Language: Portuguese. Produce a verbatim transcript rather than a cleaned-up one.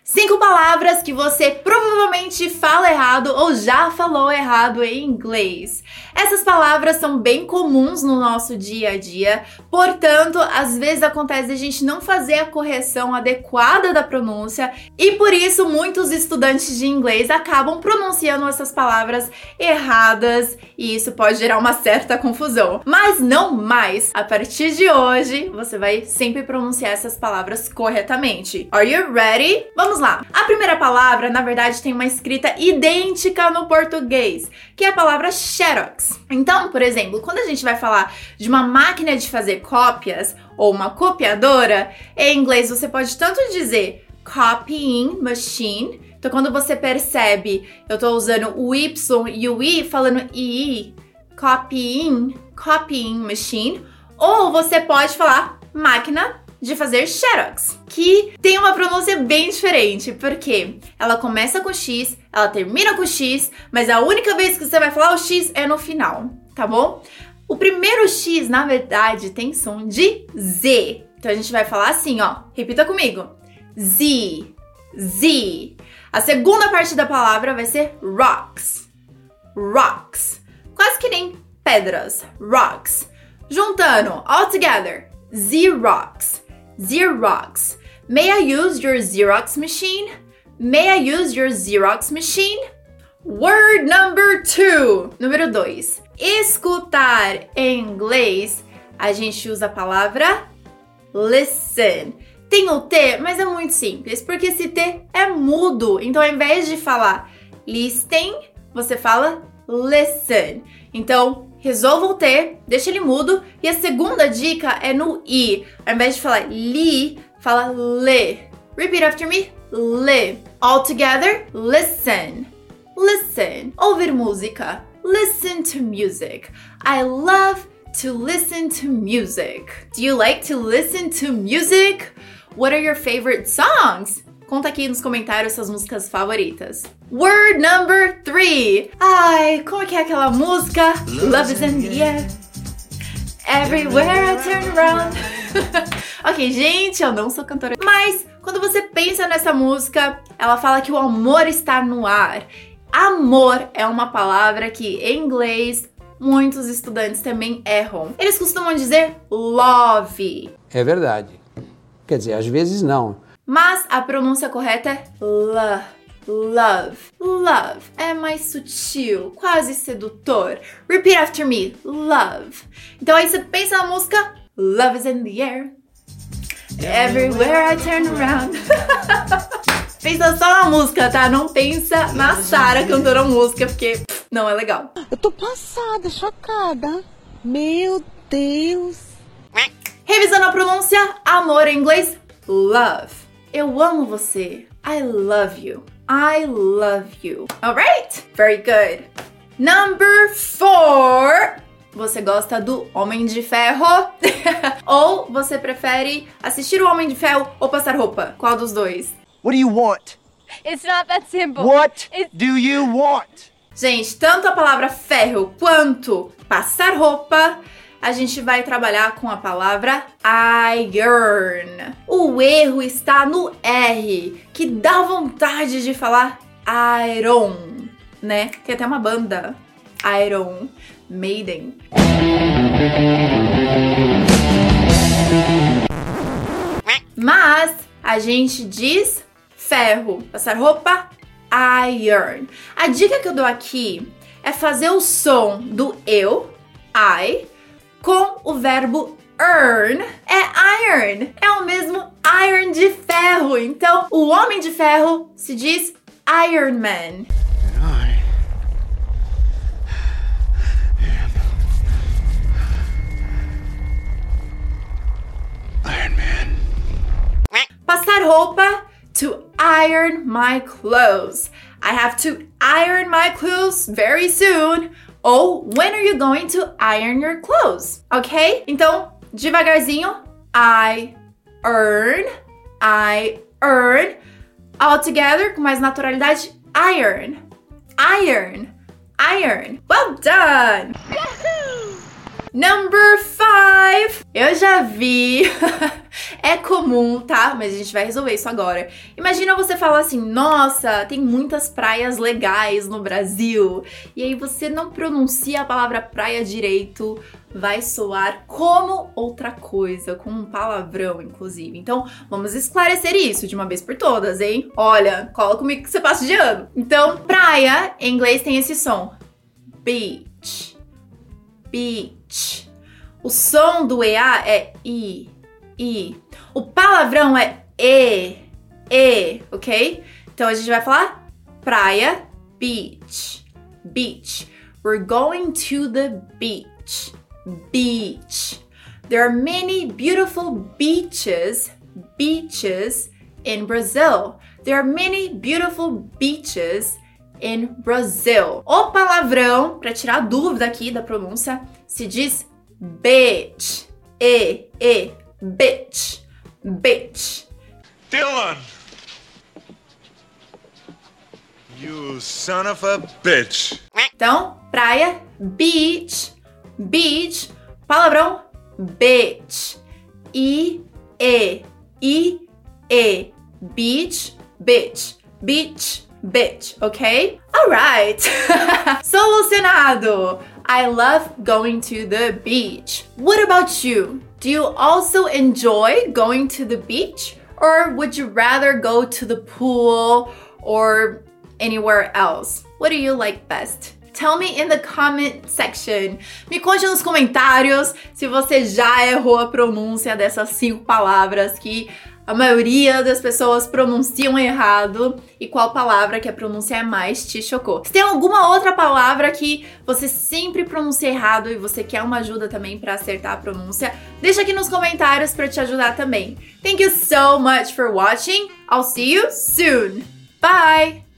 Cinco palavras que você provavelmente fala errado ou já falou errado em inglês. Essas palavras são bem comuns no nosso dia a dia, portanto, às vezes acontece a gente não fazer a correção adequada da pronúncia e por isso muitos estudantes de inglês acabam pronunciando essas palavras erradas e isso pode gerar uma certa confusão. Mas não mais! A partir de hoje, você vai sempre pronunciar essas palavras corretamente. Are you ready? Vamos lá! A primeira palavra, na verdade, tem uma escrita idêntica no português, que é a palavra Xerox. Então, por exemplo, quando a gente vai falar de uma máquina de fazer cópias ou uma copiadora, em inglês você pode tanto dizer copying machine. Então, quando você percebe, eu tô usando o Y e o I falando I, copying, copying machine, ou você pode falar máquina de fazer Xerox, que tem uma pronúncia bem diferente, porque ela começa com X, ela termina com X, mas a única vez que você vai falar o X é no final, tá bom? O primeiro X, na verdade, tem som de Z. Então a gente vai falar assim, ó, repita comigo. Z, Z. A segunda parte da palavra vai ser rocks, rocks. Quase que nem pedras, rocks. Juntando, all together, Xerox. Xerox. May I use your Xerox machine? May I use your Xerox machine? Word number two. Número dois. Escutar em inglês, a gente usa a palavra listen. Tem o T, mas é muito simples, porque esse T é mudo. Então, ao invés de falar listen, você fala listen. Então, resolva o T, deixa ele mudo. E a segunda dica é no I. Ao invés de falar li, fala le. Repeat after me. Le. All together, listen. Listen. Ouvir música. Listen to music. I love to listen to music. Do you like to listen to music? What are your favorite songs? Conta aqui nos comentários suas músicas favoritas. Word number three. Ai, como é que é aquela música? Love is in the air. Everywhere I turn around. Ok, gente, eu não sou cantora. Mas, quando você pensa nessa música, ela fala que o amor está no ar. Amor é uma palavra que, em inglês, muitos estudantes também erram. Eles costumam dizer love. É verdade. Quer dizer, às vezes não. Mas a pronúncia correta é love, love, love. É mais sutil, quase sedutor. Repeat after me, love. Então aí você pensa na música Love is in the air. Everywhere I turn around. Pensa só na música, tá? Não pensa na Sarah cantando a música, porque pff, não é legal. Eu tô passada, chocada. Meu Deus. Revisando a pronúncia, amor em inglês, love. Eu amo você. I love you. I love you. Alright? Very good. Number four. Você gosta do Homem de Ferro? Ou você prefere assistir o Homem de Ferro ou passar roupa? Qual dos dois? What do you want? It's not that simple. What It's... do you want? Gente, tanto a palavra ferro quanto passar roupa, a gente vai trabalhar com a palavra iron. O erro está no R, que dá vontade de falar iron, né? Tem até uma banda, Iron Maiden. Mas a gente diz ferro, passar roupa, iron. A dica que eu dou aqui é fazer o som do eu, I, com o verbo earn, é iron. É o mesmo iron de ferro. Então, o Homem de Ferro se diz Iron Man. Iron Man. Passar roupa, to iron my clothes. I have to iron my clothes very soon. Ou, when are you going to iron your clothes? Ok? Então, devagarzinho. I earn. I earn. All together, com mais naturalidade. Iron. Iron. Iron. Well done! Yahoo! Number five. Eu já vi É comum, tá? Mas a gente vai resolver isso agora. Imagina você falar assim, nossa, tem muitas praias legais no Brasil. E aí você não pronuncia a palavra praia direito, vai soar como outra coisa, como um palavrão, inclusive. Então, vamos esclarecer isso de uma vez por todas, hein? Olha, cola comigo que você passa de ano. Então, praia, em inglês tem esse som. Beach. Beach. O som do E A é I. I. O palavrão é E. E, ok? Então, a gente vai falar praia, beach. Beach. We're going to the beach. Beach. There are many beautiful beaches, beaches in Brazil. There are many beautiful beaches in Brazil. O palavrão, para tirar a dúvida aqui da pronúncia, se diz bitch. E, e, bitch. Bitch. Dylan! You son of a bitch. Então, praia, beach. Beach, palavrão, bitch. I, E, I, E. Beach, bitch. Beach, bitch, ok? Alright. Solucionado. I love going to the beach. What about you? Do you also enjoy going to the beach? Or would you rather go to the pool or anywhere else? What do you like best? Tell me in the comment section. Me conte nos comentários se você já errou a pronúncia dessas cinco palavras que a maioria das pessoas pronunciam errado e qual palavra que a pronúncia mais te chocou. Se tem alguma outra palavra que você sempre pronuncia errado e você quer uma ajuda também para acertar a pronúncia, deixa aqui nos comentários para te ajudar também. Thank you so much for watching. I'll see you soon. Bye!